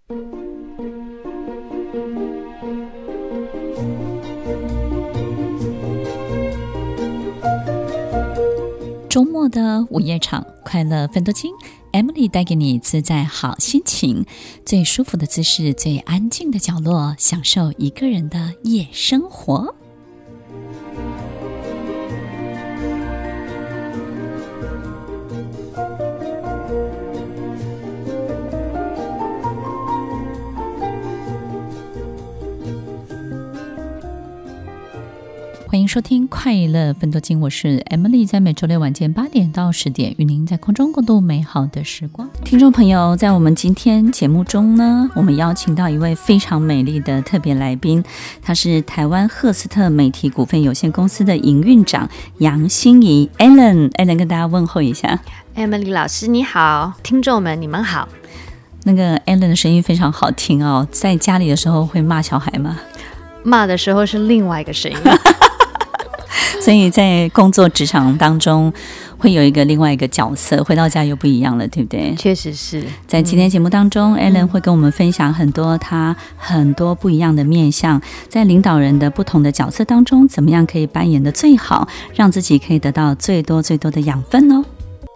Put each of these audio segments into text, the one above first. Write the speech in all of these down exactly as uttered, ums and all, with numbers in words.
周末的午夜场，快乐分多金 Emily 带给你自在好心情，最舒服的姿势，最安静的角落，享受一个人的夜生活。欢迎收听快乐分多金，我是 Emily， 在每周六晚间八点到十点与您在空中共度美好的时光。听众朋友，在我们今天节目中呢，我们邀请到一位非常美丽的特别来宾，他是台湾赫斯特媒体股份有限公司的营运长杨欣怡 Ellen Ellen 跟大家问候一下。 Emily 老师你好，听众们你们好。 那个 Ellen 的声音非常好听哦，在家里的时候会骂小孩吗？ 骂的时候是另外一个声音所以在工作职场当中会有一个另外一个角色，回到家又不一样了，对不对？ 确实是。 在今天节目当中、嗯、Ellen 会跟我们分享很多他很多不一样的面向，在领导人的不同的角色当中，怎么样可以扮演的最好，让自己可以得到最多最多的养分哦。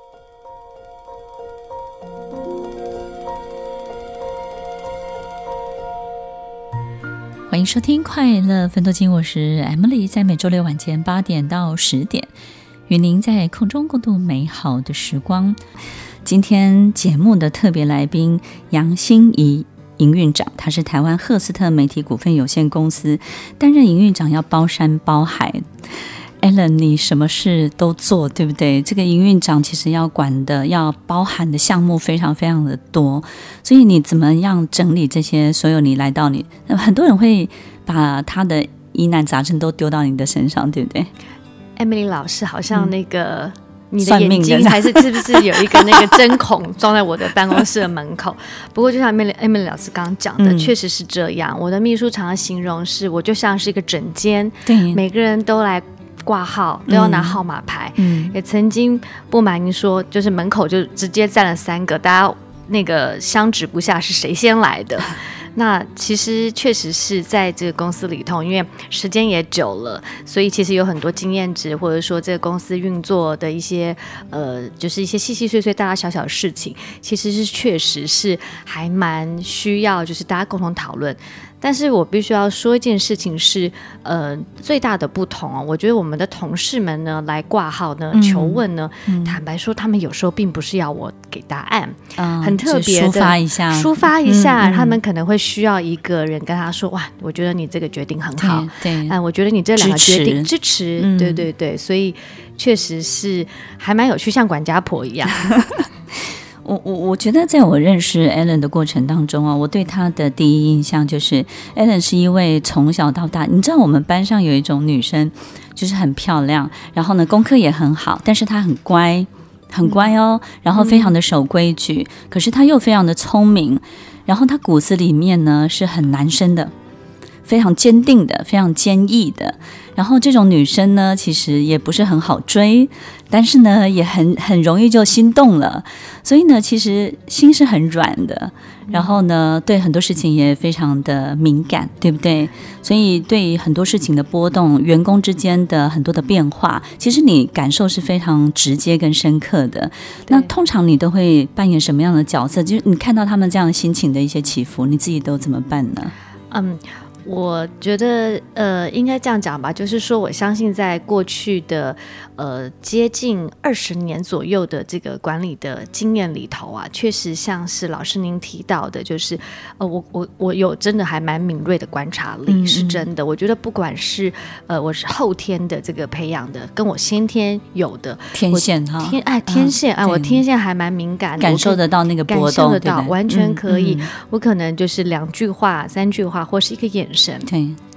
欢迎收听快乐分多金，我是 Emily， 在每周六晚间八点到十点与您在空中共度美好的时光。今天节目的特别来宾杨欣怡营运长，他是台湾赫斯特媒体股份有限公司，担任营运长要包山包海。Ellen 你什么事都做，对不对？这个营运长其实要管的要包含的项目非常非常的多，所以你怎么样整理这些所有你来到你很多人会把他的疑难杂症都丢到你的身上，对不对？ Emily 老师好像那个、嗯你的眼睛还是是不是有一个那个针孔装在我的办公室的门口？不过就像 Emily, Emily 老师刚刚讲的、嗯、确实是这样。我的秘书常常形容是我就像是一个诊间，对，每个人都来挂号，都要拿号码牌、嗯、也曾经不瞒您说，就是门口就直接站了三个，大家那个相指不下是谁先来的。那其实确实是在这个公司里头，因为时间也久了，所以其实有很多经验值，或者说这个公司运作的一些呃，就是一些细细碎碎大大小小的事情，其实是确实是还蛮需要就是大家共同讨论。但是我必须要说一件事情是，呃，最大的不同哦，我觉得我们的同事们呢来挂号呢、嗯、求问呢、嗯，坦白说，他们有时候并不是要我给答案，嗯、很特别的抒发一下， 抒发一下、嗯嗯，他们可能会需要一个人跟他说，哇，我觉得你这个决定很好，对，对嗯，我觉得你这两个决定支持，支持嗯、对对对，所以确实是还蛮有趣，像管家婆一样。 我我我觉得在我认识 Ellen 的过程当中啊，我对她的第一印象就是 Ellen 是一位从小到大，你知道我们班上有一种女生就是很漂亮，然后呢功课也很好，但是她很乖很乖哦，然后非常的守规矩、嗯、可是她又非常的聪明，然后她骨子里面呢是很男生的，非常坚定的，非常坚毅的，然后这种女生呢其实也不是很好追，但是呢也很很容易就心动了，所以呢其实心是很软的，然后呢对很多事情也非常的敏感，对不对？所以对很多事情的波动，员工之间的很多的变化，其实你感受是非常直接跟深刻的。那通常你都会扮演什么样的角色？就是你看到他们这样心情的一些起伏，你自己都怎么办呢？ 嗯我觉得呃，应该这样讲吧，就是说我相信在过去的呃接近二十年左右的这个管理的经验里头啊，确实像是老师您提到的，就是呃我我我有真的还蛮敏锐的观察力，嗯嗯是真的。我觉得不管是呃我是后天的这个培养的，跟我先天有的天线哈， 天哎天线、嗯、哎我天线还蛮敏感的， 感受得到那个波动，感受得到， 完全可以、嗯嗯。我可能就是两句话、三句话，或是一个眼神。对，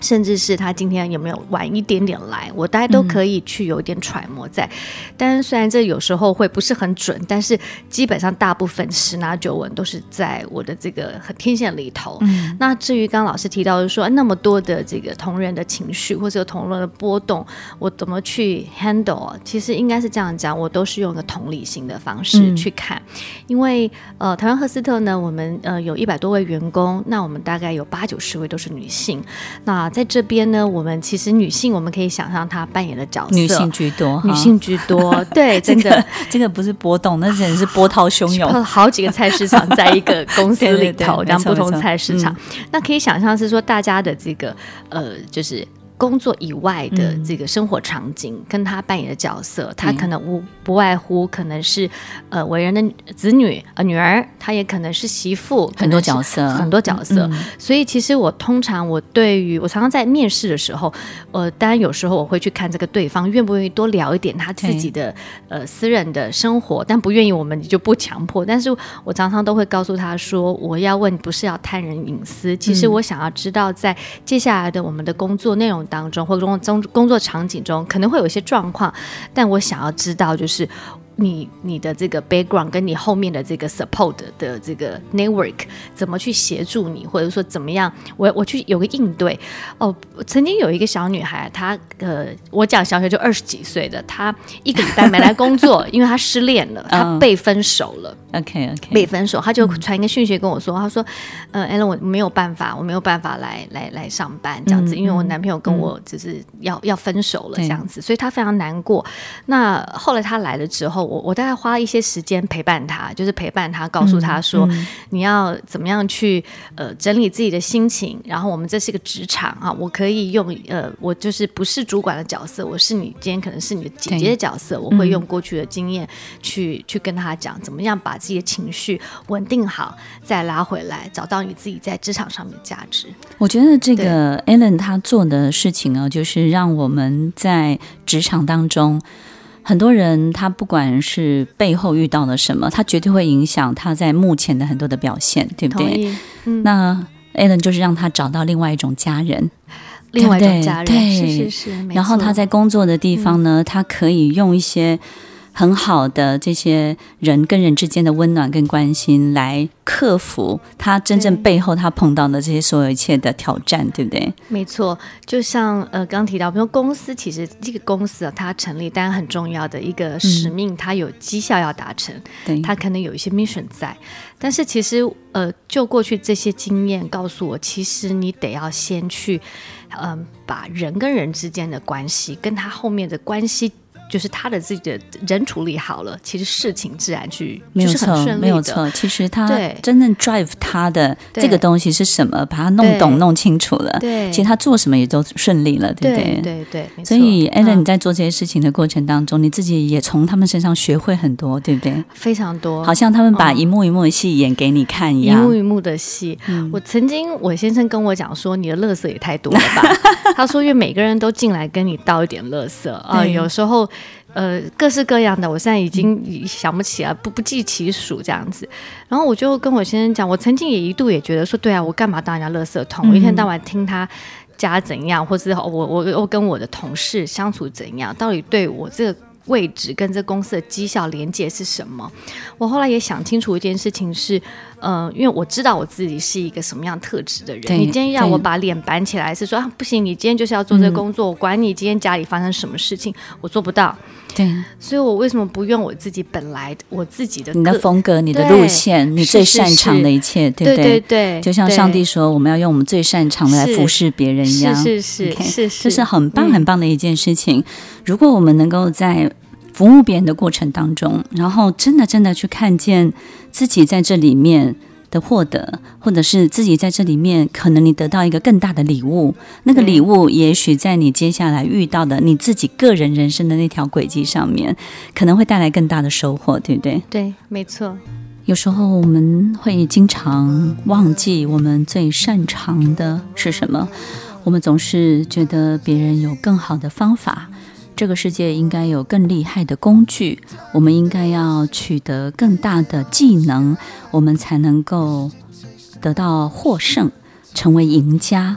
甚至是他今天有没有晚一点点来，我大概都可以去有点揣摩在、嗯、但是虽然这有时候会不是很准，但是基本上大部分十拿九稳都是在我的这个天线里头、嗯、那至于刚刚老师提到的说那么多的这个同仁的情绪或者同仁的波动我怎么去 handle， 其实应该是这样讲，我都是用一个同理心的方式去看、嗯、因为呃，台湾赫斯特呢我们呃有一百多位员工，那我们大概有八九十位都是女性，那在这边呢我们其实女性我们可以想象她扮演的角色女性居多， 女性居多对真的、 这个、这个不是波动，那真的是波涛汹涌， 好几个菜市场在一个公司里头对对对， 这样不同菜市场、嗯、那可以想象是说大家的这个呃就是工作以外的这个生活场景、嗯、跟他扮演的角色，他可能无不外乎可能是呃为人的子女呃女儿，他也可能是媳妇， 很多角色很多角色、嗯、所以其实我通常我对于我常常在面试的时候呃当然有时候我会去看这个对方愿不愿意多聊一点他自己的呃私人的生活，但不愿意我们就不强迫，但是我常常都会告诉他说我要问不是要探人隐私，其实我想要知道在接下来的我们的工作内容当中或者工作场景中可能会有一些状况，但我想要知道就是你你的这个 background 跟你后面的这个 support 的这个 network 怎么去协助你，或者说怎么样我我去有个应对哦。曾经有一个小女孩，她呃我讲小学就二十几岁的，她一个礼拜没来工作因为她失恋了，她被分手了、 oh, OK OK 被分手，她就传一个讯息跟我说，她说呃 Ellen 我没有办法我没有办法来来来上班这样子、嗯、因为我男朋友跟我就是要、嗯、要分手了这样子，所以她非常难过。那后来她来了之后我, 我大概花一些时间陪伴他，就是陪伴他告诉他说、嗯嗯、你要怎么样去呃整理自己的心情，然后我们这是个职场啊，我可以用呃我就是不是主管的角色，我是你今天可能是你的姐姐的角色，我会用过去的经验去、嗯、去跟他讲怎么样把自己的情绪稳定好，再拉回来找到你自己在职场上面的价值。 我觉得这个 Ellen 他做的事情呢，就是让我们在职场当中很多人他不管是背后遇到了什么，他绝对会影响他在目前的很多的表现，对不对？嗯、那 Ellen 就是让他找到另外一种家人， 另外一种家人， 对， 是是是。 然后他在工作的地方呢、嗯、他可以用一些很好的这些人跟人之间的温暖跟关心来克服他真正背后他碰到的这些所有一切的挑战，对不对？ 没错，就像呃刚提到比如公司，其实这个公司啊它成立当然很重要的一个使命、嗯、它有绩效要达成，对，它可能有一些 mission 在，但是其实呃就过去这些经验告诉我，其实你得要先去嗯、呃、把人跟人之间的关系跟他后面的关系就是他的自己的人处理好了，其实事情自然去就是很顺利的， 没有错。其实他真正 drive 他的这个东西是什么，把它弄懂弄清楚了，对，其实他做什么也都顺利了，对不对？ 对对对，没错。 所以 Ellen 你在做这些事情的过程当中、嗯、你自己也从他们身上学会很多，对不对？ 非常多， 好像他们把一幕一幕的戏演给你看一样， 一幕一幕的戏、嗯、我曾经我先生跟我讲说你的垃圾也太多了吧他说因为每个人都进来跟你倒一点垃圾啊、呃，有时候呃，各式各样的，我现在已经想不起来，不不计其数这样子。然后我就跟我先生讲，我曾经也一度也觉得说，对啊，我干嘛当人家垃圾桶？我一天到晚听他家怎样，或是我我我跟我的同事相处怎样，到底对我这个位置跟这公司的绩效连结是什么？我后来也想清楚一件事情是，呃，因为我知道我自己是一个什么样特质的人。你今天让我把脸板起来，是说啊，不行，你今天就是要做这个工作，嗯、我管你今天家里发生什么事情，我做不到。对，所以我为什么不用我自己本来我自己的你的风格、你的路线、你最擅长的一切，对不对？对对对，就像上帝说，我们要用我们最擅长的来服侍别人一样。 是是是、okay? 是是， 这是很棒很棒的一件事情。嗯、如果我们能够在服务别人的过程当中，然后真的真的去看见自己在这里面的获得，或者是自己在这里面可能你得到一个更大的礼物，那个礼物也许在你接下来遇到的你自己个人人生的那条轨迹上面可能会带来更大的收获，对不对？ 对，没错。 有时候我们会经常忘记我们最擅长的是什么，我们总是觉得别人有更好的方法，这个世界应该有更厉害的工具，我们应该要取得更大的技能，我们才能够得到获胜，成为赢家。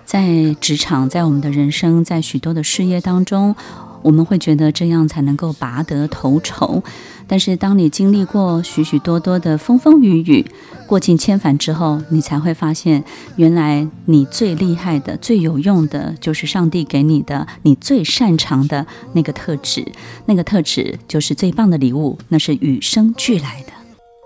在职场，在我们的人生，在许多的事业当中，我们会觉得这样才能够拔得头筹，但是当你经历过许许多多的风风雨雨，过尽千帆之后，你才会发现，原来你最厉害的、最有用的，就是上帝给你的，你最擅长的那个特质。那个特质就是最棒的礼物，那是与生俱来的。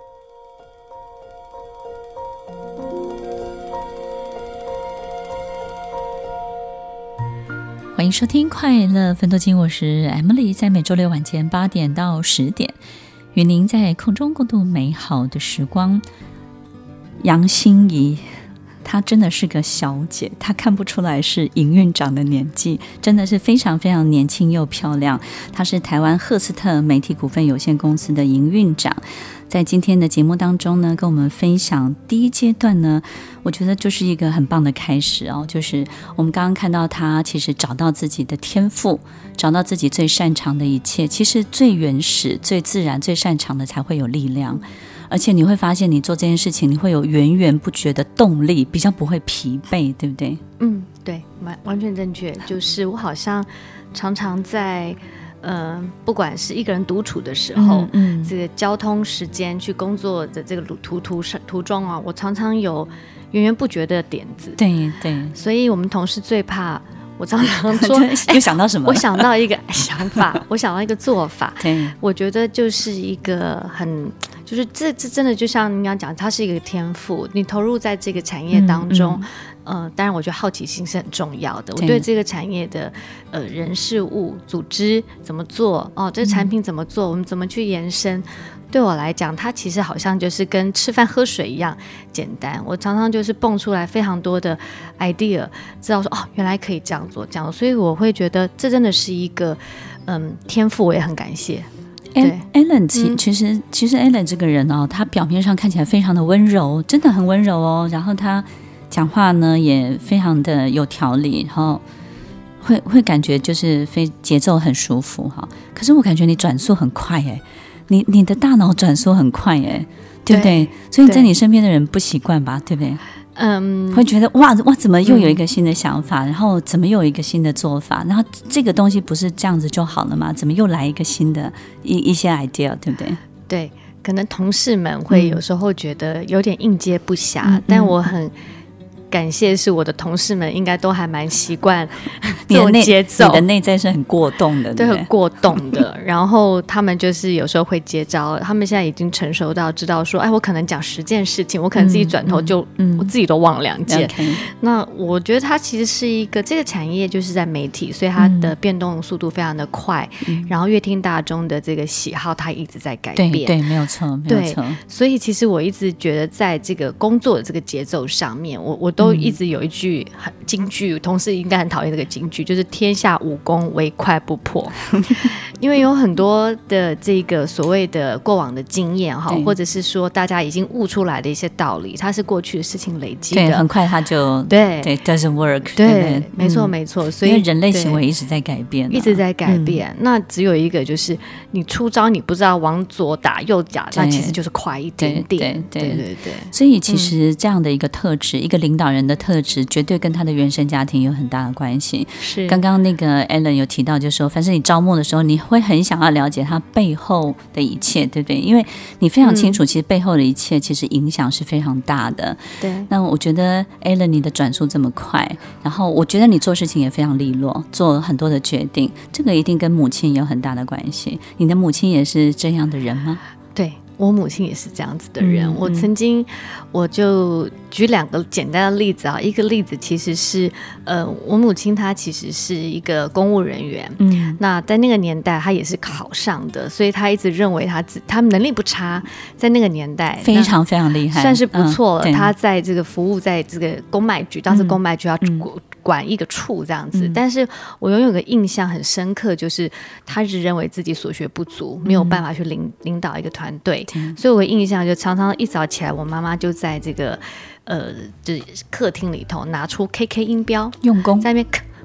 欢迎收听快乐分多金，我是 Emily， 在每周六晚间八点到十点，与您在空中共度美好的时光。杨心怡，她真的是个小姐，她看不出来是营运长的年纪，真的是非常非常年轻又漂亮。她是台湾赫斯特媒体股份有限公司的营运长。在今天的节目当中呢，跟我们分享第一阶段呢，我觉得就是一个很棒的开始哦，就是我们刚刚看到他其实找到自己的天赋，找到自己最擅长的一切，其实最原始、最自然、最擅长的才会有力量，而且你会发现你做这件事情，你会有源源不绝的动力，比较不会疲惫，对不对？ 嗯，对，完完全正确。就是我好像常常在呃，不管是一个人独处的时候，嗯嗯、这个交通时间去工作的这个途途途中啊，我常常有源源不绝的点子。 对对， 所以我们同事最怕我常常说， 又想到什么、欸？ 我想到一个想法，我想到一个做法。 对， 我觉得就是一个很，就是这这真的就像你刚刚讲，它是一个天赋，你投入在这个产业当中。嗯嗯呃，当然，我觉得好奇心是很重要的。我对这个产业的呃人事物、组织怎么做哦，这个产品怎么做，我们怎么去延伸，对我来讲，它其实好像就是跟吃饭喝水一样简单。我常常就是蹦出来非常多的 idea， 知道说哦，原来可以这样做，这样，所以我会觉得这真的是一个嗯天赋，我也很感谢。 对 Ellen 其其实、嗯、其实 Ellen 这个人哦，他表面上看起来非常的温柔，真的很温柔哦，然后他讲话呢也非常的有条理，然后会会感觉就是非节奏很舒服哈。可是我感觉你转速很快哎，你你的大脑转速很快哎，对不对？对，所以在你身边的人不习惯吧，对不对？嗯，会觉得哇哇，怎么又有一个新的想法、嗯，然后怎么又有一个新的做法，然后这个东西不是这样子就好了吗？怎么又来一个新的一一些 idea， 对不对？ 对，可能同事们会有时候觉得有点应接不暇，嗯、但我很感谢是我的同事们应该都还蛮习惯这种节奏， 你的内在是很过动的，对不对？ 很过动的。然后他们就是有时候会接招，他们现在已经成熟到知道说，哎，我可能讲十件事情，我可能自己转头就、嗯嗯、我自己都忘两件、okay。那我觉得它其实是一个这个产业就是在媒体，所以它的变动速度非常的快，嗯、然后乐听大众的这个喜好它一直在改变， 对对，没有错，没有错。 所以其实我一直觉得在这个工作的这个节奏上面，我我都都一直有一句很金句，同事应该很讨厌这个金句，就是天下武功唯快不破。因为有很多的这个所谓的过往的经验哈，或者是说大家已经悟出来的一些道理，它是过去的事情累积的， 对，很快它就对对 doesn't work， 对，对对没错、嗯、没错。所以因为人类行为一直在改变、啊， 一直在改变、嗯。那只有一个就是你出招，你不知道往左打右打，那其实就是快一点点。对对 对, 对, 对, 对。 所以其实这样的一个特质，嗯、一个领导人的特质，绝对跟他的原生家庭有很大的关系。 是刚刚那个 Ellen 有提到，就是说，反正你招募的时候，你会很想要了解他背后的一切，对不对？因为你非常清楚，其实背后的一切其实影响是非常大的。 对。 那我觉得 Ellen 你的转速这么快，然后我觉得你做事情也非常利落，做很多的决定，这个一定跟母亲有很大的关系。你的母亲也是这样的人吗？ 对。我母亲也是这样子的人、嗯、我曾经我就举两个简单的例子啊，一个例子其实是呃，我母亲她其实是一个公务人员，嗯，那在那个年代她也是考上的，所以她一直认为她自她能力不差，在那个年代非常非常厉害， 算是不错了、嗯、她在这个服务在这个公卖局，当时公卖局要、嗯、管一个处这样子、嗯、但是我拥有个印象很深刻，就是她一直认为自己所学不足、嗯、没有办法去领领导一个团队，所以我印象就常常一早起来，我妈妈就在这个呃，就是客厅里头拿出 K K 音标， 用功在那边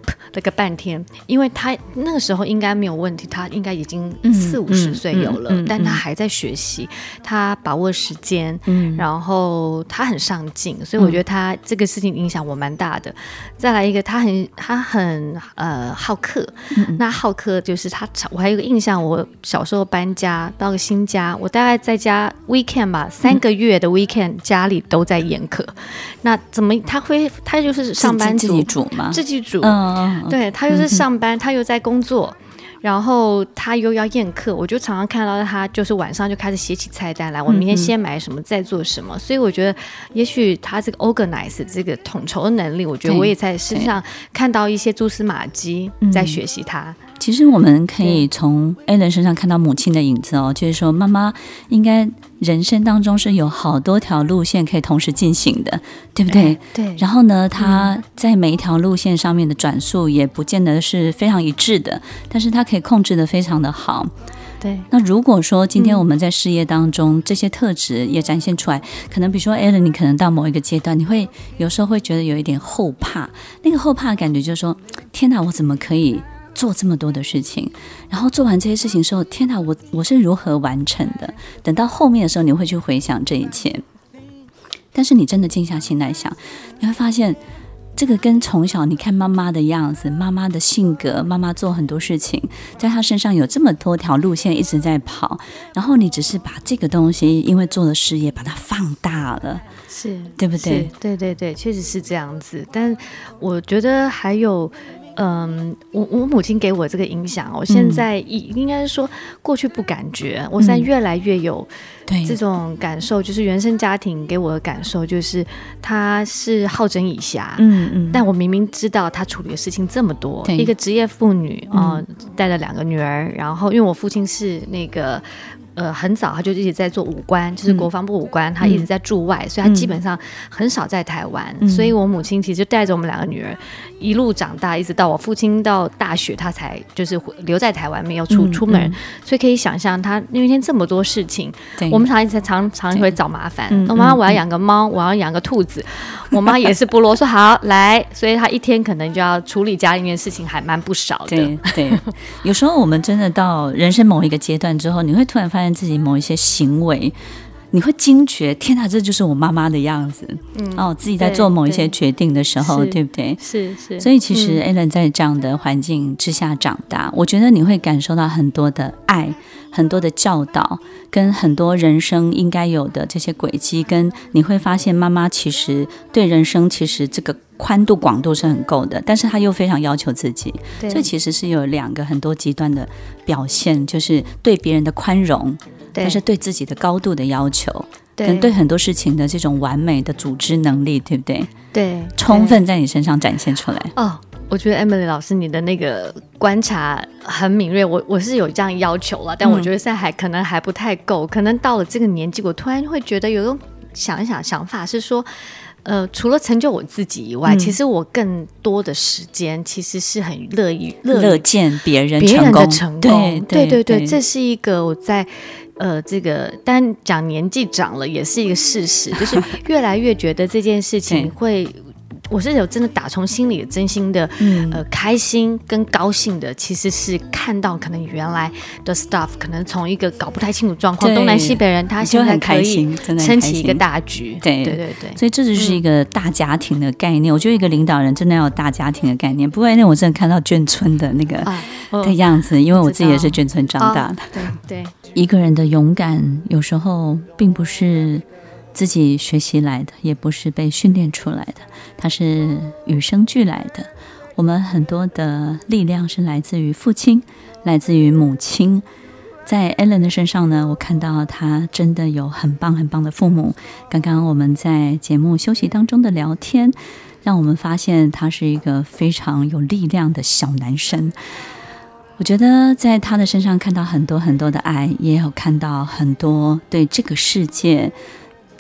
了个半天，因为他那个时候应该没有问题，他应该已经四五十岁有了，嗯嗯嗯嗯、但他还在学习，他把握时间，嗯、然后他很上进，所以我觉得他这个事情影响我蛮大的。嗯、再来一个，他很他很呃好客，嗯、那好客就是他，我还有一个印象，我小时候搬家到个新家，我大概在家 weekend 吧，三个月的 weekend 家里都在宴客。那怎么他会他就是上班族自己煮吗？ 自己煮，嗯，对，他又是上班，嗯、他又在工作，然后他又要宴客，我就常常看到他就是晚上就开始写起菜单来，我明天先买什么，再做什么。所以我觉得，也许他这个 organize 这个统筹的能力，我觉得我也在身上看到一些蛛丝马迹，在学习他。 其实我们可以从 Ellen 身上看到母亲的影子哦，就是说妈妈应该人生当中是有好多条路线可以同时进行的，对不对？ 对。 然后呢，她在每一条路线上面的转速也不见得是非常一致的，但是她可以控制得非常的好。 对。 那如果说今天我们在事业当中、嗯、这些特质也展现出来，可能比如说 Ellen 你可能到某一个阶段，你会有时候会觉得有一点后怕，那个后怕的感觉就是说，天哪，我怎么可以做这么多的事情，然后做完这些事情的时候，天哪，我我是如何完成的？等到后面的时候，你会去回想这一切。但是你真的静下心来想，你会发现，这个跟从小你看妈妈的样子、妈妈的性格、妈妈做很多事情，在她身上有这么多条路线一直在跑，然后你只是把这个东西，因为做了事业，把它放大了， 是对不对？ 对对对，确实是这样子。但我觉得还有。嗯，我我母亲给我这个影响，我现在应该是说过去不感觉，嗯、我现在越来越有这种感受，就是原生家庭给我的感受就是她是好整以暇，嗯嗯，但我明明知道她处理的事情这么多，一个职业妇女啊、呃，带了两个女儿，然后因为我父亲是那个。呃，很早他就一直在做武官，就是国防部武官，嗯、他一直在驻外，所以他基本上很少在台湾。嗯、所以我母亲其实就带着我们两个女儿一路长大，一直到我父亲到大学，他才就是留在台湾，没有出、嗯、出门。嗯、所以可以想象，他那天这么多事情，我们常常常会找麻烦。我妈，我要养个猫，我要养个兔子，我妈也是不啰嗦，好来，所以他一天可能就要处理家里面的事情，还蛮不少的。 对对，有时候我们真的到人生某一个阶段之后，你会突然发现自己某一些行为，你会惊觉，天哪，这就是我妈妈的样子。嗯，哦，自己在做某一些决定的时候， 对, 对不对？ 是是。 所以其实 Ellen 在这样的环境之下长大，嗯、我觉得你会感受到很多的爱，很多的教导，跟很多人生应该有的这些轨迹，跟你会发现妈妈其实对人生其实这个宽度广度是很够的，但是她又非常要求自己，这其实是有两个很多极端的表现，就是对别人的宽容，但是对自己的高度的要求，跟对很多事情的这种完美的组织能力，对不对？ 对， 充分在你身上展现出来。 哦，我觉得 Emily 老师你的那个观察很敏锐，我我是有这样要求了，但我觉得现在还可能还不太够，可能到了这个年纪，我突然会觉得有种想一想想法是说。呃，除了成就我自己以外，嗯、其实我更多的时间其实是很乐意乐见别人别人的成功。 对对对对，这是一个我在呃这个，但讲年纪长了也是一个事实，就是越来越觉得这件事情会。我是有真的打从心里的真心的、嗯、呃开心跟高兴的，其实是看到可能原来的 staff 可能从一个搞不太清楚状况，东南西北人他现在可以撑起一个大局。 对对对对，所以这就是一个大家庭的概念、嗯、我觉得一个领导人真的要有大家庭的概念。不过那我真的看到眷村的那个、啊哦、的样子，因为我自己也是眷村长大的、哦、 对对， 一个人的勇敢有时候并不是自己学习来的，也不是被训练出来的，它是与生俱来的。我们很多的力量是来自于父亲，来自于母亲。在 Ellen 的身上呢，我看到她真的有很棒很棒的父母。刚刚我们在节目休息当中的聊天，让我们发现他是一个非常有力量的小男生。我觉得在他的身上看到很多很多的爱，也有看到很多对这个世界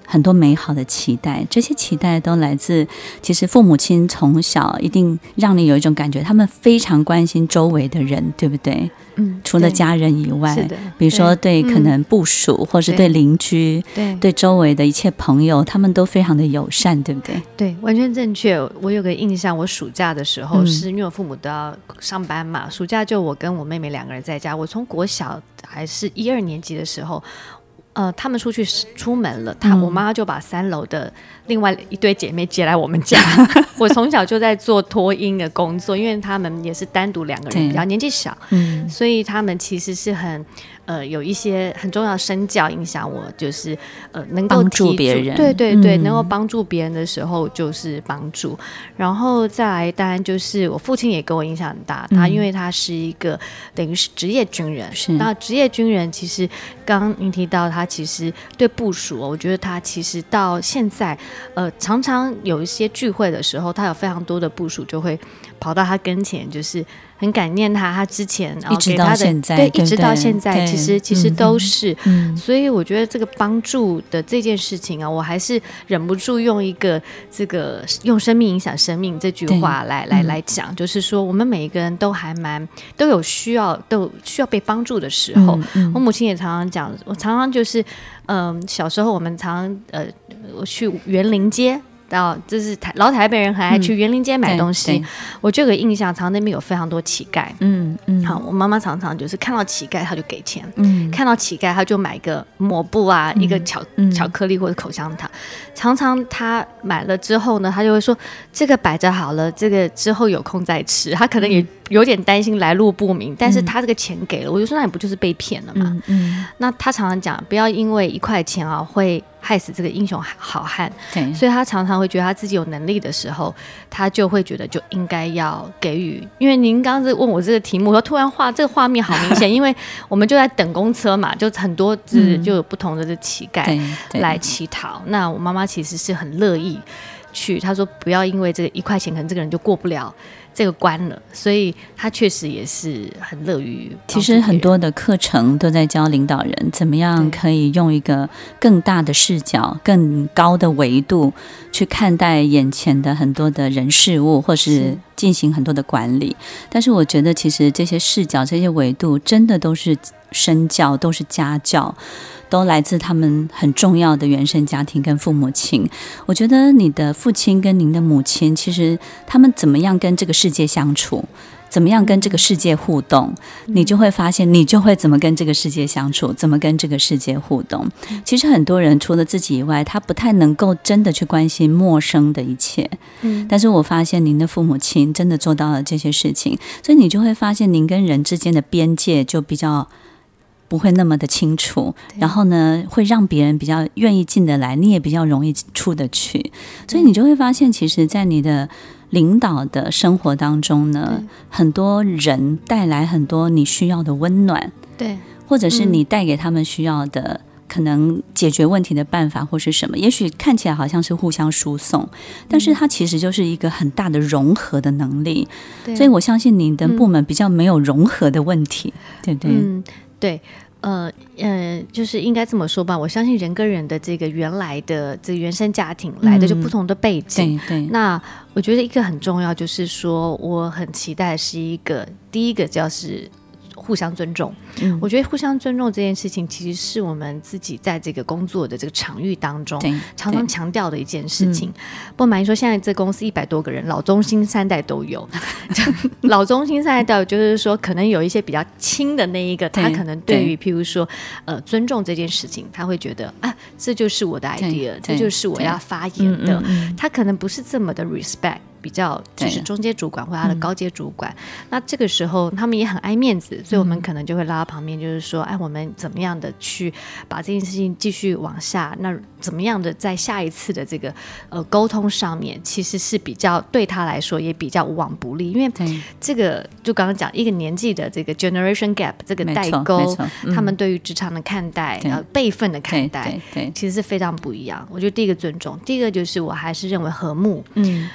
很多美好的期待，这些期待都来自其实父母亲从小一定让你有一种感觉，他们非常关心周围的人，对不对？ 嗯， 除了家人以外，比如说对可能部属、嗯、或是对邻居，对对周围的一切朋友，他们都非常的友善，对不对？ 对，完全正确。我有个印象，我暑假的时候、嗯、是因为我父母都要上班嘛，暑假就我跟我妹妹两个人在家。我从国小还是一二年级的时候，呃，他们出去出门了，他、嗯、我妈就把三楼的另外一堆姐妹接来我们家。我从小就在做托婴的工作，因为他们也是单独两个人，比较年纪小、嗯，所以他们其实是很呃有一些很重要的身教影响我，就是呃能够帮助别人， 对对对、嗯，能够帮助别人的时候就是帮助。然后再来，当然就是我父亲也给我影响很大，他因为他是一个等于是职业军人，是那职业军人其实刚刚您提到他其实对部属，我觉得他其实到现在呃常常有一些聚会的时候，他有非常多的部属就会跑到他跟前，就是很感念他，他之前然后给他的， 一直到现在， 对， 对一直到现在，其实其实都是、 嗯嗯， 所以我觉得这个帮助的这件事情啊，我还是忍不住用一个这个用生命影响生命这句话来来来讲，就是说我们每一个人都还蛮都有需要都有需要被帮助的时候。嗯嗯、我母亲也常常讲，我常常就是嗯、呃，小时候我们常常呃，我去园林街。到就是台老台北人很爱去园林街买东西、嗯、我就有个印象，常常那边有非常多乞丐。嗯嗯，好，我妈妈常常就是看到乞丐她就给钱，嗯，看到乞丐她就买个抹布啊、嗯、一个巧巧克力或者口香糖、嗯、常常她买了之后呢，她就会说这个摆着好了，这个之后有空再吃。她可能也有点担心来路不明，但是她这个钱给了，我就说那你不就是被骗了吗？嗯，嗯那她常常讲不要因为一块钱啊会害死这个英雄好汉，对，所以他常常会觉得他自己有能力的时候，他就会觉得就应该要给予。因为您刚刚问我这个题目，我突然画这个画面好明显，因为我们就在等公车嘛，就很多只就有不同的乞丐来乞讨、嗯。那我妈妈其实是很乐意去，她说不要因为这个一块钱，可能这个人就过不了这个关了，所以他确实也是很乐于。 其实很多的课程都在教领导人怎么样可以用一个更大的视角、更高的维度去看待眼前的很多的人事物，或是进行很多的管理。但是我觉得其实这些视角、这些维度真的都是身教，都是家教，都来自他们很重要的原生家庭跟父母亲。我觉得你的父亲跟您的母亲，其实他们怎么样跟这个世界相处，怎么样跟这个世界互动，你就会发现你就会怎么跟这个世界相处，怎么跟这个世界互动。其实很多人除了自己以外，他不太能够真的去关心陌生的一切，嗯，但是我发现您的父母亲真的做到了这些事情，所以你就会发现您跟人之间的边界就比较不会那么的清楚，然后呢会让别人比较愿意进得来，你也比较容易出得去。所以你就会发现其实在你的领导的生活当中呢，很多人带来很多你需要的温暖，对，或者是你带给他们需要的、嗯、可能解决问题的办法或是什么，也许看起来好像是互相输送，但是它其实就是一个很大的融合的能力。所以我相信你的部门比较没有融合的问题、嗯、对不对？嗯， 对，呃呃，就是应该这么说吧。我相信人跟人的这个原来的这个原生家庭来的就不同的背景。嗯、对对。那我觉得一个很重要，就是说我很期待是一个第一个就是互相尊重、嗯、我觉得互相尊重这件事情其实是我们自己在这个工作的这个场域当中常常强调的一件事情。不瞒你说，现在这公司一百多个人，老中青三代都有老中青三代就是说可能有一些比较轻的那一个，他可能对于譬如说呃尊重这件事情，他会觉得啊这就是我的 idea， 这就是我要发言的，他可能不是这么的 respect比较就是中阶主管或他的高阶主管、嗯、那这个时候他们也很爱面子，所以我们可能就会拉到旁边，就是说哎，我们怎么样的去把这件事情继续往下，那怎么样的在下一次的这个呃沟通上面其实是比较对他来说也比较无往不利，因为这个就刚刚讲一个年纪的这个 generation gap 这个代沟、嗯、他们对于职场的看待呃辈分的看待其实是非常不一样。我觉得第一个尊重，第一个就是我还是认为和睦，嗯，因为和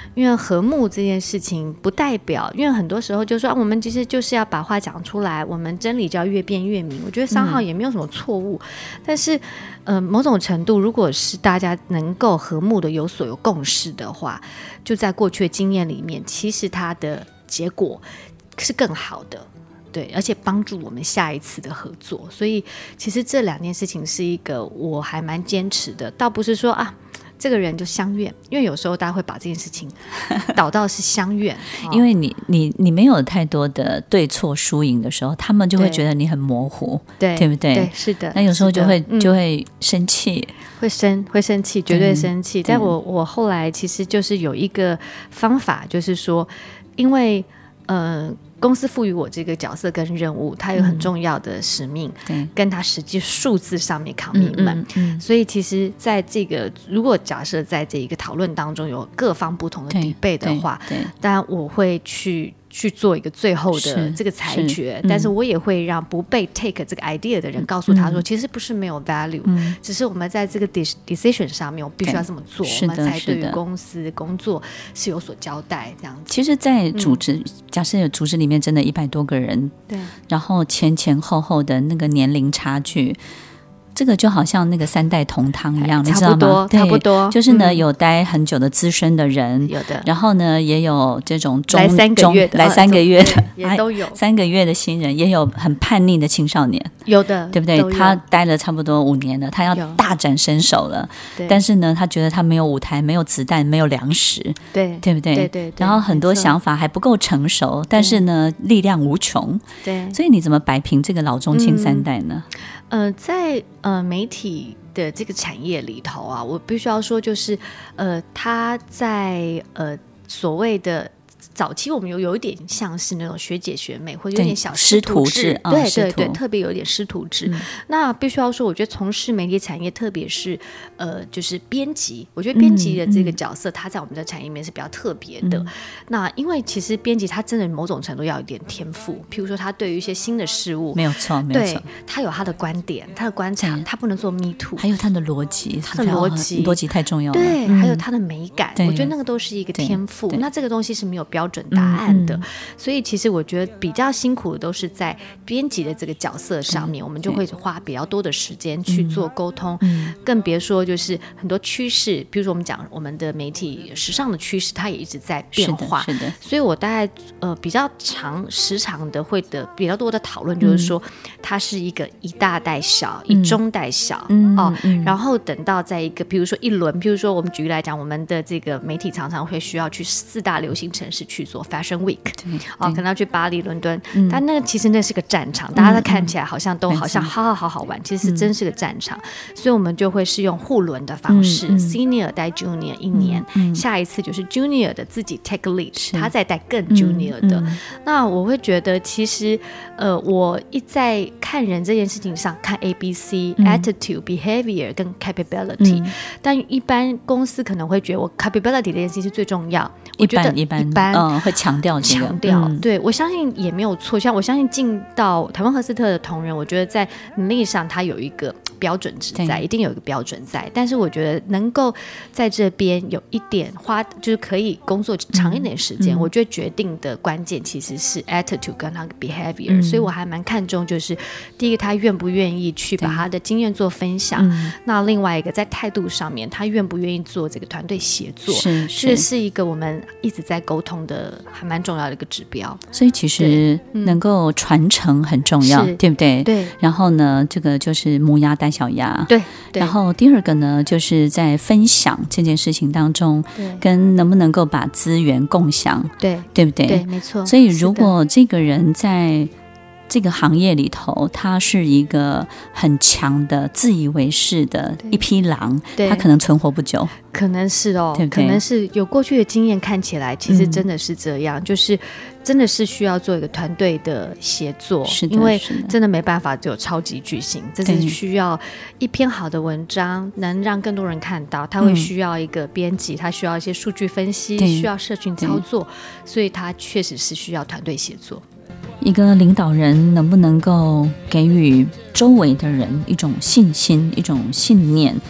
和睦这件事情不代表，因为很多时候就说、啊、我们其实就是要把话讲出来，我们真理就要越辩越明。我觉得商号也没有什么错误、嗯、但是呃，某种程度如果是大家能够和睦的有所有共识的话，就在过去的经验里面，其实它的结果是更好的，对，而且帮助我们下一次的合作。所以其实这两件事情是一个我还蛮坚持的，倒不是说啊这个人就相怨，因为有时候大家会把这件事情导到是相怨因为你你你没有太多的对错输赢的时候，他们就会觉得你很模糊， 对, 对不对？ 对，是的。 那有时候就会就会生气、嗯、 会生会生气，绝对生气。但我我后来其实就是有一个方法，就是说因为呃公司赋予我这个角色跟任务，它有很重要的使命、嗯、跟它实际数字上面 commitment、嗯嗯嗯、所以其实在这个如果假设在这一个讨论当中有各方不同的debate的话，当然我会去去做一个最后的这个裁决，是是、嗯、但是我也会让不被 take 这个 idea 的人告诉他说、嗯、其实不是没有 value、嗯、只是我们在这个 decision 上面我必须要这么做，我们才对于公司工作是有所交代这样子。 其实在组织、嗯、假设有组织里面真的一百多个人，对，然后前前后后的那个年龄差距，这个就好像那个三代同堂一样，你知道吗？ 差不多， 就是呢、嗯、有待很久的资深的人， 有的， 然后呢也有这种中来三个月的来三个月的、哦、 也都有， 三个月的新人，也有很叛逆的青少年， 有的， 对不对？他待了差不多五年了，他要大展身手了，但是呢他觉得他没有舞台，没有子弹，没有粮食， 对， 对不对？ 对对对， 然后很多想法还不够成熟，但是呢力量无穷， 对， 所以你怎么摆平这个老中青三代呢？ 嗯、呃，在呃媒体的这个产业里头啊，我必须要说，就是呃，他在呃所谓的早期，我们有有一点像是那种学姐学妹，或者有点小师徒制， 哦、 对对对，特别有点师徒制、嗯。那必须要说，我觉得从事媒体产业，特别是呃，就是编辑，我觉得编辑的这个角色，它、嗯、在我们的产业里面是比较特别的、嗯。那因为其实编辑他真的某种程度要有点天赋，譬如说他对于一些新的事物， 没有错，没有错， 对，他有他的观点，他的观察，他不能做 me too， 还有他的逻辑， 他的逻辑， 逻辑太重要了， 对、 嗯， 还有他的美感，我觉得那个都是一个天赋。那这个东西是没有标准答案的、嗯嗯、所以其实我觉得比较辛苦的都是在编辑的这个角色上面，我们就会花比较多的时间去做沟通、嗯、更别说就是很多趋势，比如说我们讲我们的媒体时尚的趋势，它也一直在变化， 是的，是的， 所以我大概呃比较长时长的会的比较多的讨论就是说、嗯、它是一个一大带小、嗯、一中带小、嗯哦嗯、然后等到在一个比如说一轮，比如说我们举例来讲，我们的这个媒体常常会需要去四大流行城市去做 Fashion Week， 哦，可能要去巴黎、伦敦、嗯，但那个其实那是个战场，大家看起来好像都好像好好好好玩，其实是真是个战场、嗯，所以我们就会是用互轮的方式、嗯嗯、，Senior 带 Junior 一年、嗯嗯，下一次就是 Junior 的自己 take lead， 他再带更 Junior 的、嗯嗯。那我会觉得其实呃，我一在看人这件事情上看 A B C、嗯、attitude、behavior 跟 capability，、嗯、但一般公司可能会觉得我 capability 这件事情是最重要，我觉得一般一般、 嗯、会强调这个强调、嗯，对，我相信也没有错。像我相信进到台湾赫斯特的同仁，我觉得在能力上他有一个标准值在，一定有一个标准在。但是我觉得能够在这边有一点花，就是可以工作长一点时间、嗯，我觉得决定的关键其实是 attitude 跟他的 behavior、嗯。所以我还蛮看重，就是第一个他愿不愿意去把他的经验做分享，那另外一个在态度上面，他愿不愿意做这个团队协作，是是这是一个我们一直在沟通的还蛮重要的一个指标。 所以其实能够传承很重要，对不对？ 对。 然后呢，这个就是母鸭带小鸭， 对。对， 然后第二个呢，就是在分享这件事情当中，跟能不能够把资源共享， 对， 对不对？ 对，没错。 所以如果这个人在这个行业里头，他是一个很强的自以为是的一匹狼，他可能存活不久， 可能是哦，对对，可能是有过去的经验，看起来其实真的是这样、嗯、就是真的是需要做一个团队的协作， 是的， 因为真的没办法只有超级巨星，这是需要一篇好的文章能让更多人看到，他会需要一个编辑，他需要一些数据分析，需要社群操作，所以他确实是需要团队协作。 一个领导人能不能够给予周围的人一种信心，一种信念，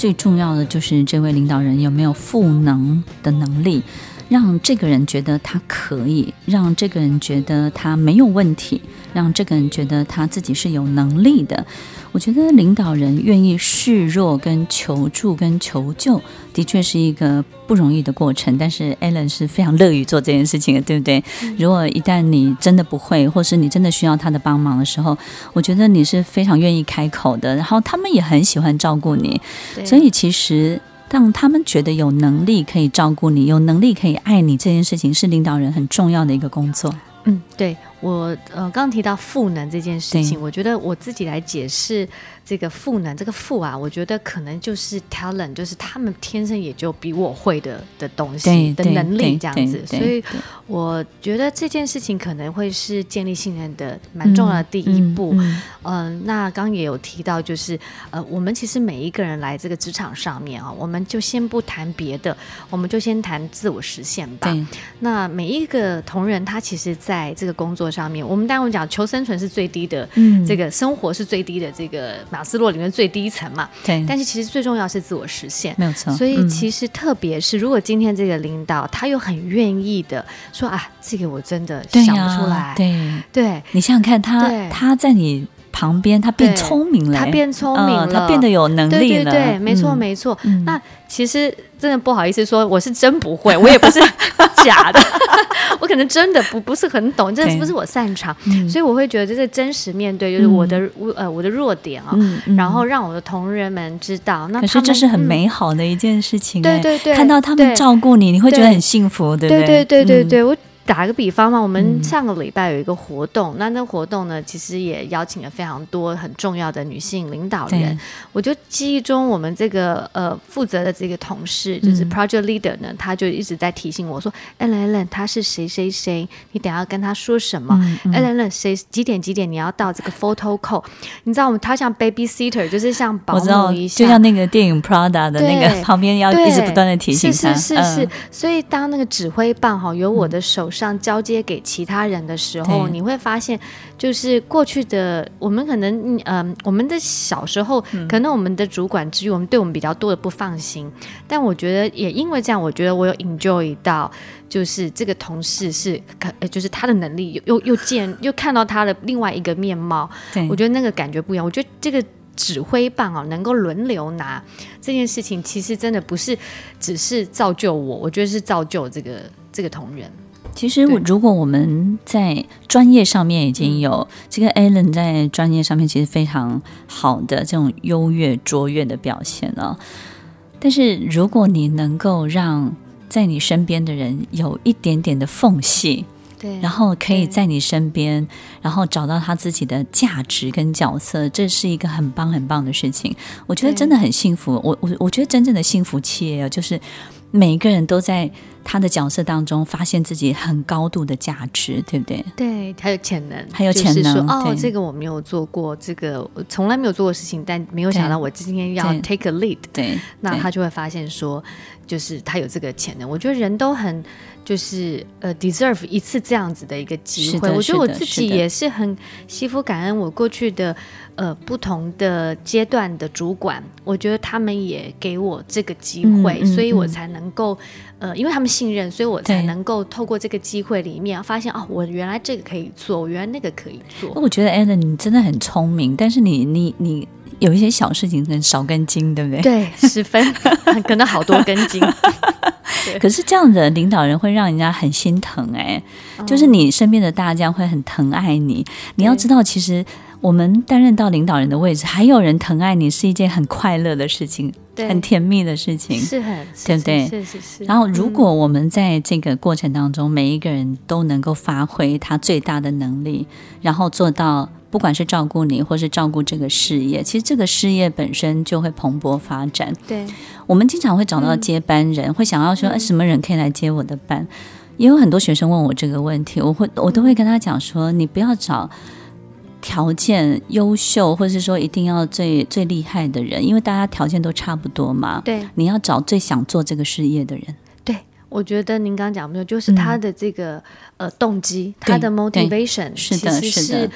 最重要的就是这位领导人有没有赋能的能力，让这个人觉得他可以，让这个人觉得他没有问题，让这个人觉得他自己是有能力的。我觉得领导人愿意示弱跟求助跟求救的确是一个不容易的过程，但是 Ellen 是非常乐于做这件事情的，对不对？嗯、如果一旦你真的不会，或是你真的需要他的帮忙的时候，我觉得你是非常愿意开口的，然后他们也很喜欢照顾你，所以其实让他们觉得有能力可以照顾你，有能力可以爱你，这件事情是领导人很重要的一个工作。 嗯，对，我呃刚刚提到赋能这件事情，我觉得我自己来解释这个赋能，这个赋啊，我觉得可能就是 talent， 就是他们天生也就比我会的的东西的能力这样子，所以我觉得这件事情可能会是建立信任的蛮重要的第一步。嗯，嗯呃、那刚刚也有提到，就是呃，我们其实每一个人来这个职场上面啊，我们就先不谈别的，我们就先谈自我实现吧。那每一个同仁他其实在这个工作上面，我们当然我们讲求生存是最低的，嗯，这个生活是最低的，这个马斯洛里面最低层嘛。对。但是其实最重要是自我实现，没有错。所以其实特别是如果今天这个领导他又很愿意的说啊，这个我真的想不出来。对、啊、对, 对， 你想想看他他在你旁边，他变聪明了， 他变聪明了、呃， 他变得有能力了。 对对对，没错、嗯、没错、嗯。那其实真的不好意思说，我是真不会，我也不是假的，我可能真的不不是很懂，真的不是我擅长，所以我会觉得就是真实面对，就是我的、嗯、呃我的弱点啊、哦嗯嗯，然后让我的同仁们知道。那可是这是很美好的一件事情、 欸，对对对， 看到他们照顾你，你会觉得很幸福，对不对？ 对对对对对，嗯、我。打个比方嘛，我们上个礼拜有一个活动、嗯、那那个活动呢其实也邀请了非常多很重要的女性领导人。我就记忆中我们这个呃负责的这个同事就是 project leader 呢、嗯、他就一直在提醒我说 Ellen Ellen 他是谁谁谁，你等一下要跟他说什么、嗯嗯、Ellen Ellen 谁几点几点你要到这个 photo call， 你知道我们他像 babysitter 就是像保姆一下， 就像那个电影 Prada 的那个旁边要一直不断的提醒他， 是是是是、嗯、所以当那个指挥棒由我的手上交接给其他人的时候、嗯、你会发现就是过去的我们可能、呃、我们的小时候、嗯、可能我们的主管之余我们对我们比较多的不放心，但我觉得也因为这样我觉得我有 enjoy 到就是这个同事是就是他的能力又又见又看到他的另外一个面貌，我觉得那个感觉不一样。我觉得这个指挥棒、哦、能够轮流拿这件事情其实真的不是只是造就我，我觉得是造就这个这个同仁。 其实如果我们在专业上面已经有、嗯、这个 Ellen 在专业上面其实非常好的这种优越卓越的表现哦，但是如果你能够让在你身边的人有一点点的缝隙，对，然后可以在你身边然后找到他自己的价值跟角色，这是一个很棒很棒的事情。我觉得真的很幸福，我我我觉得真正的幸福企业就是每一个人都在他的角色当中发现自己很高度的价值，对不对？ 对，还有潜能， 还有潜能、 就是、说哦，这个我没有做过，这个我从来没有做过事情，但没有想到我今天要 take a lead， 对，那他就会发现说就是他有这个潜能。我觉得人都很就是呃 deserve 一次这样子的一个机会。我觉得我自己也是很惜福感恩，我过去的呃不同的阶段的主管，我觉得他们也给我这个机会、嗯嗯、所以我才能够呃因为他们信任，所以我才能够透过这个机会里面发现哦，我原来这个可以做，我原来那个可以做。 我觉得 Ellen 你真的很聪明，但是你你你有一些小事情可能少根筋，对不对？ 对，十分可能好多根筋可是这样的领导人会让人家很心疼哎、欸，就是你身边的大家会很疼爱你。你要知道其实我们担任到领导人的位置还有人疼爱你是一件很快乐的事情，很甜蜜的事情， 是很对不对？ 是是是。 然后如果我们在这个过程当中、嗯、每一个人都能够发挥他最大的能力，然后做到不管是照顾你或是照顾这个事业，其实这个事业本身就会蓬勃发展。对，我们经常会找到接班人、嗯、会想要说、嗯、什么人可以来接我的班，也有很多学生问我这个问题，我会我都会跟他讲说，你不要找条件优秀或是说一定要最最厉害的人，因为大家条件都差不多嘛。对，你要找最想做这个事业的人。 对，我觉得您刚刚讲的就是他的这个、嗯、呃动机，他的 motivation 是的， 其实是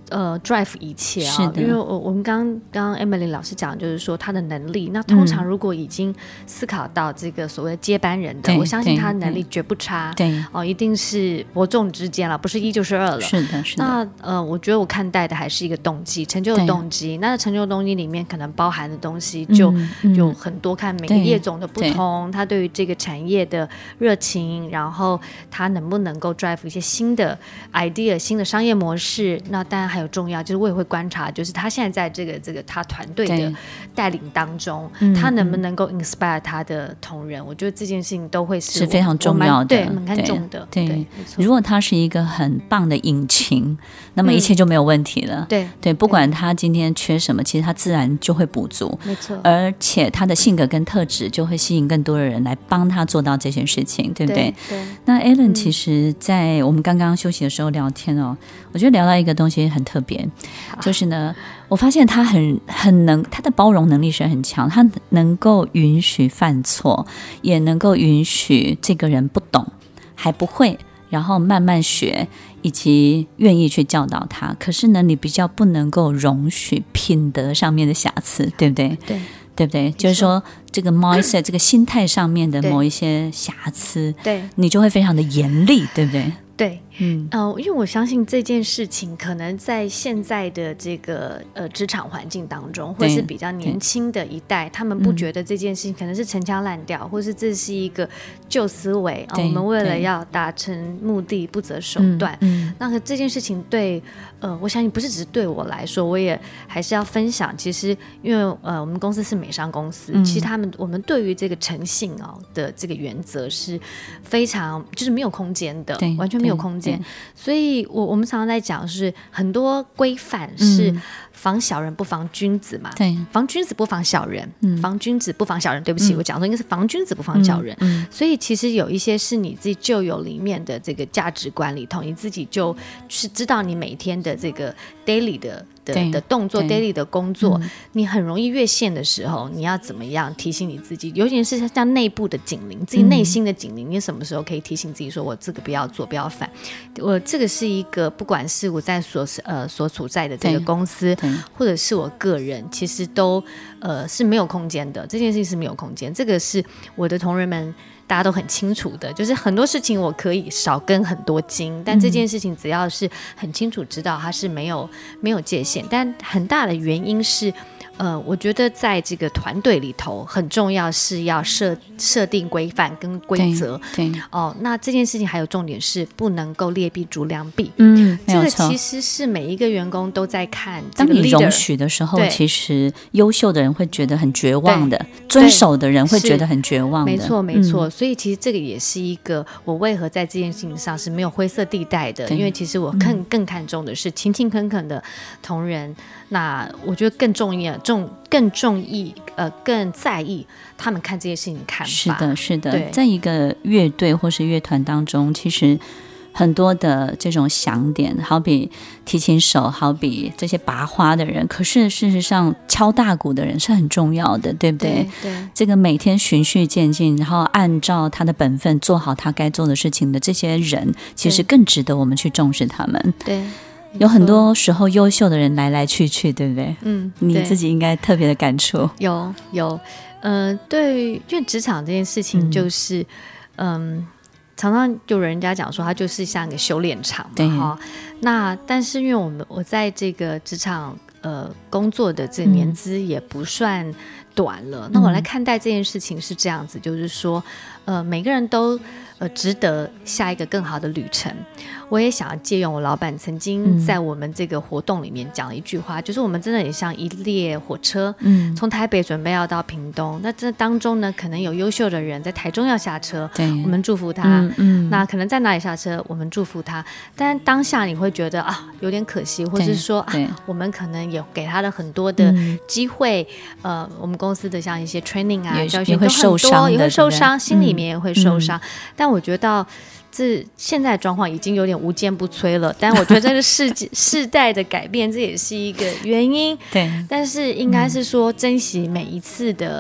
呃 drive 一切啊，因为我我们刚刚 Emily 老师讲，就是说他的能力。那通常如果已经思考到这个所谓的接班人的，嗯、我相信他的能力绝不差。 对哦，一定是伯仲之间了，不是一就是二了。 是的，是的。 那呃，我觉得我看待的还是一个动机，成就的动机。那成就的动机里面可能包含的东西就、嗯、有很多，看每个业种的不同，他对于这个产业的热情，然后他能不能够 drive 一些新的 idea、新的商业模式。那当然还有重要，就是我也会观察，就是他现在在这个这个他团队的带领当中，他能不能够 inspire 他的同仁？我觉得这件事情都会是是非常重要的， 对，很看重的。 对，对，如果他是一个很棒的引擎，那么一切就没有问题了。 嗯、对对，不管他今天缺什么，其实他自然就会补足。 没错， 而且他的性格跟特质就会吸引更多的人来帮他做到这件事情，对不对？ 对。对， 那 Ellen 其实在我们刚刚休息的时候聊天哦，我觉得聊到一个东西很特别，就是呢，我发现他很很能，他的包容能力是很强，他能够允许犯错，也能够允许这个人不懂还不会，然后慢慢学，以及愿意去教导他。可是呢，你比较不能够容许品德上面的瑕疵，对不对？ 对， 对不对？就是说这个 mindset 这个心态上面的某一些瑕疵， 对， 你就会非常的严厉，对不对？ 对，嗯，呃，因为我相信这件事情可能在现在的这个呃职场环境当中，或是比较年轻的一代，他们不觉得这件事情可能是陈腔滥调，或是这是一个旧思维啊、呃。我们为了要达成目的不择手段。嗯，那这件事情对呃，我相信不是只是对我来说，我也还是要分享。其实因为呃，我们公司是美商公司，嗯、其实他们我们对于这个诚信哦的这个原则是非常就是没有空间的，完全没有。没有空间，所以我我们常常在讲是很多规范是防小人不防君子嘛，对，防君子不防小人，嗯、防君子不防小人。对不起，嗯、我讲说应该是防君子不防小人。嗯嗯、所以其实有一些是你自己就有里面的这个价值观里头，你自己就是知道你每天的这个 daily 的。的, 的动作 daily 的工作、嗯、你很容易越线的时候，你要怎么样提醒你自己，尤其是像内部的警铃，自己内心的警铃、嗯、你什么时候可以提醒自己说我这个不要做不要犯。我这个是一个不管是我在所呃所处在的这个公司，或者是我个人，其实都呃是没有空间的，这件事情是没有空间。这个是我的同仁们大家都很清楚的，就是很多事情我可以少跟很多斤，但这件事情只要是很清楚知道它是没有没有界限，但很大的原因是呃，我觉得在这个团队里头很重要是要设设定规范跟规则。对，对哦，那这件事情还有重点是不能够劣币逐良币。嗯，这个其实是每一个员工都在看这个 leader。当你容许的时候，其实优秀的人会觉得很绝望的，遵守的人会觉得很绝望的。没错，没错、嗯。所以其实这个也是一个我为何在这件事情上是没有灰色地带的，因为其实我更、嗯、更看重的是勤勤恳恳的同仁。那我觉得更重要。重更重意呃更在意他们看这些事情的看法。是的，是的，在一个乐队或是乐团当中，其实很多的这种响点，好比提琴手，好比这些拔花的人，可是事实上敲大鼓的人是很重要的，对不对？对，对，这个每天循序渐进，然后按照他的本分做好他该做的事情的这些人，其实更值得我们去重视他们。对。有很多时候优秀的人来来去去，对不对？嗯，你自己应该特别的感触。有有，呃，对，因为职场这件事情就是，嗯，嗯常常有人家讲说，它就是像一个修炼场嘛，哈。那但是因为我们我在这个职场呃工作的这年资也不算短了，嗯、那我来看待这件事情是这样子，就是说，呃，每个人都呃值得下一个更好的旅程。我也想要借用我老板曾经在我们这个活动里面讲了一句话、嗯、就是我们真的也像一列火车、嗯、从台北准备要到屏东，那这当中呢可能有优秀的人在台中要下车，我们祝福他、嗯嗯、那可能在哪里下车我们祝福他，但当下你会觉得啊有点可惜，或是说啊我们可能也给他了很多的机会、嗯、呃，我们公司的像一些 training 啊教学都很多，也会受伤，心里面也会受伤、嗯、但我觉得这现在的状况已经有点无坚不摧了，但我觉得这个世世代的改变这也是一个原因。对，但是应该是说珍惜每一次的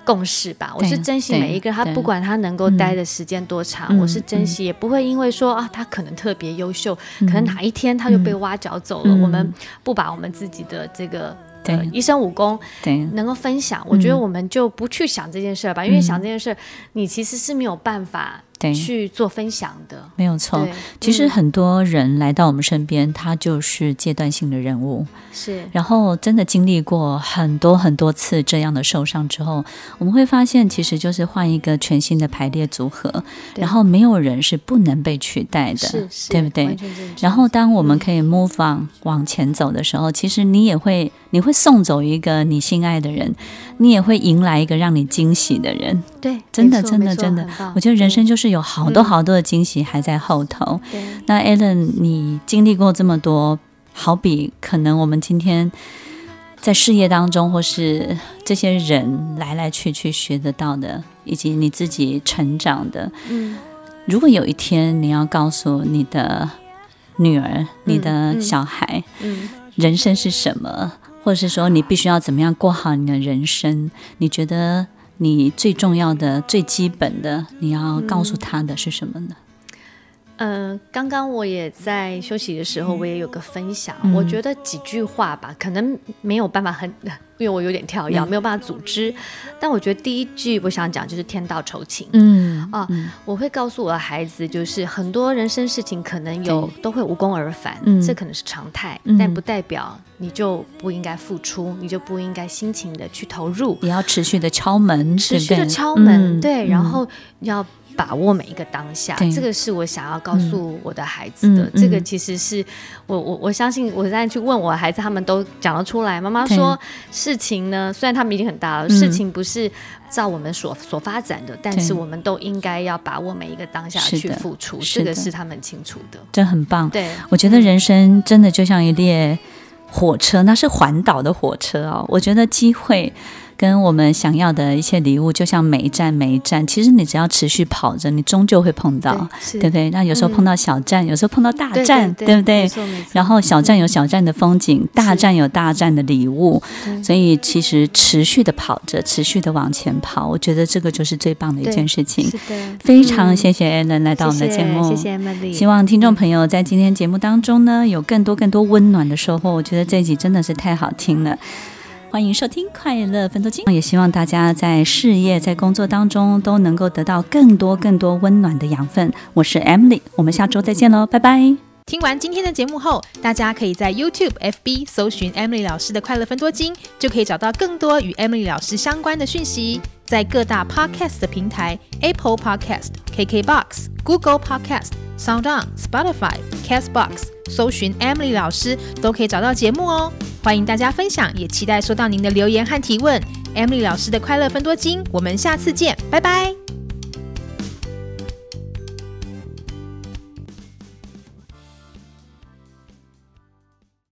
共识吧。我是珍惜每一个他，不管他能够待的时间多长，嗯、我是珍惜，也不会因为说啊他可能特别优秀、嗯，可能哪一天他就被挖角走了，嗯、我们不把我们自己的这个。呃、一身武功能够分享，我觉得我们就不去想这件事吧、嗯、因为想这件事你其实是没有办法去做分享的。 没有错，其实很多人来到我们身边、嗯、他就是阶段性的人物， 是， 然后真的经历过很多很多次这样的受伤之后，我们会发现其实就是换一个全新的排列组合，然后没有人是不能被取代的， 是是， 对不对？然后当我们可以 move on、嗯、往前走的时候，其实你也会你会送走一个你心爱的人，你也会迎来一个让你惊喜的人。 对， 真的真的真的，我觉得人生就是有好多好多的惊喜还在后头、嗯、那 Ellen 你经历过这么多，好比可能我们今天在事业当中或是这些人来来去去学得到的，以及你自己成长的、嗯、如果有一天你要告诉你的女儿、你的小孩、嗯嗯、人生是什么，或者是说你必须要怎么样过好你的人生，你觉得你最重要的最基本的你要告诉他的是什么呢？ 呃，刚刚我也在休息的时候我也有个分享、嗯、我觉得几句话吧，可能没有办法很，因为我有点跳跃、嗯、没有办法组织，但我觉得第一句我想讲就是天道酬勤。嗯啊、嗯，我会告诉我的孩子，就是很多人生事情可能有都会无功而返、嗯、这可能是常态、嗯、但不代表你就不应该付出，你就不应该辛勤的去投入， 也要持续的敲门， 持续的敲门、嗯、对、嗯、然后要把握每一个当下，这个是我想要告诉我的孩子的、嗯、这个其实是我我我相信我现在去问我的孩子，他们都讲得出来。妈妈说事情呢，虽然他们已经很大了、嗯、事情不是照我们所所发展的，但是我们都应该要把握每一个当下去付出，这个是他们清楚的， 这很棒。 对， 我觉得人生真的就像一列火车，那是环岛的火车哦。我觉得机会跟我们想要的一切礼物，就像每一站每一站，其实你只要持续跑着，你终究会碰到， 对, 对不对？那有时候碰到小站、嗯、有时候碰到大站， 对, 对, 对, 对不对？ 没错没错。 然后小站有小站的风景，大站有大站的礼物，所以其实持续的跑着，持续的往前跑，我觉得这个就是最棒的一件事情。 是的， 非常谢谢 Ellen 来到我们的节目， 谢谢 Emily。 希望听众朋友在今天节目当中呢，有更多更多温暖的收获。我觉得这一集真的是太好听了。欢迎收听快乐分多金，也希望大家在事业在工作当中都能够得到更多更多温暖的养分。我是 Emily， 我们下周再见咯，拜拜。 听完今天的节目后，大家可以在 YouTube、F B 搜寻 Emily 老师的快乐分多金，就可以找到更多与 Emily 老师相关的讯息。在各大 Podcast 的平台 Apple Podcast、K K B O X、Google Podcast、SoundOn、Spotify、Castbox 搜寻 Emily 老师都可以找到节目哦。欢迎大家分享，也期待收到您的留言和提问。Emily 老师的快乐分多金，我们下次见，拜拜。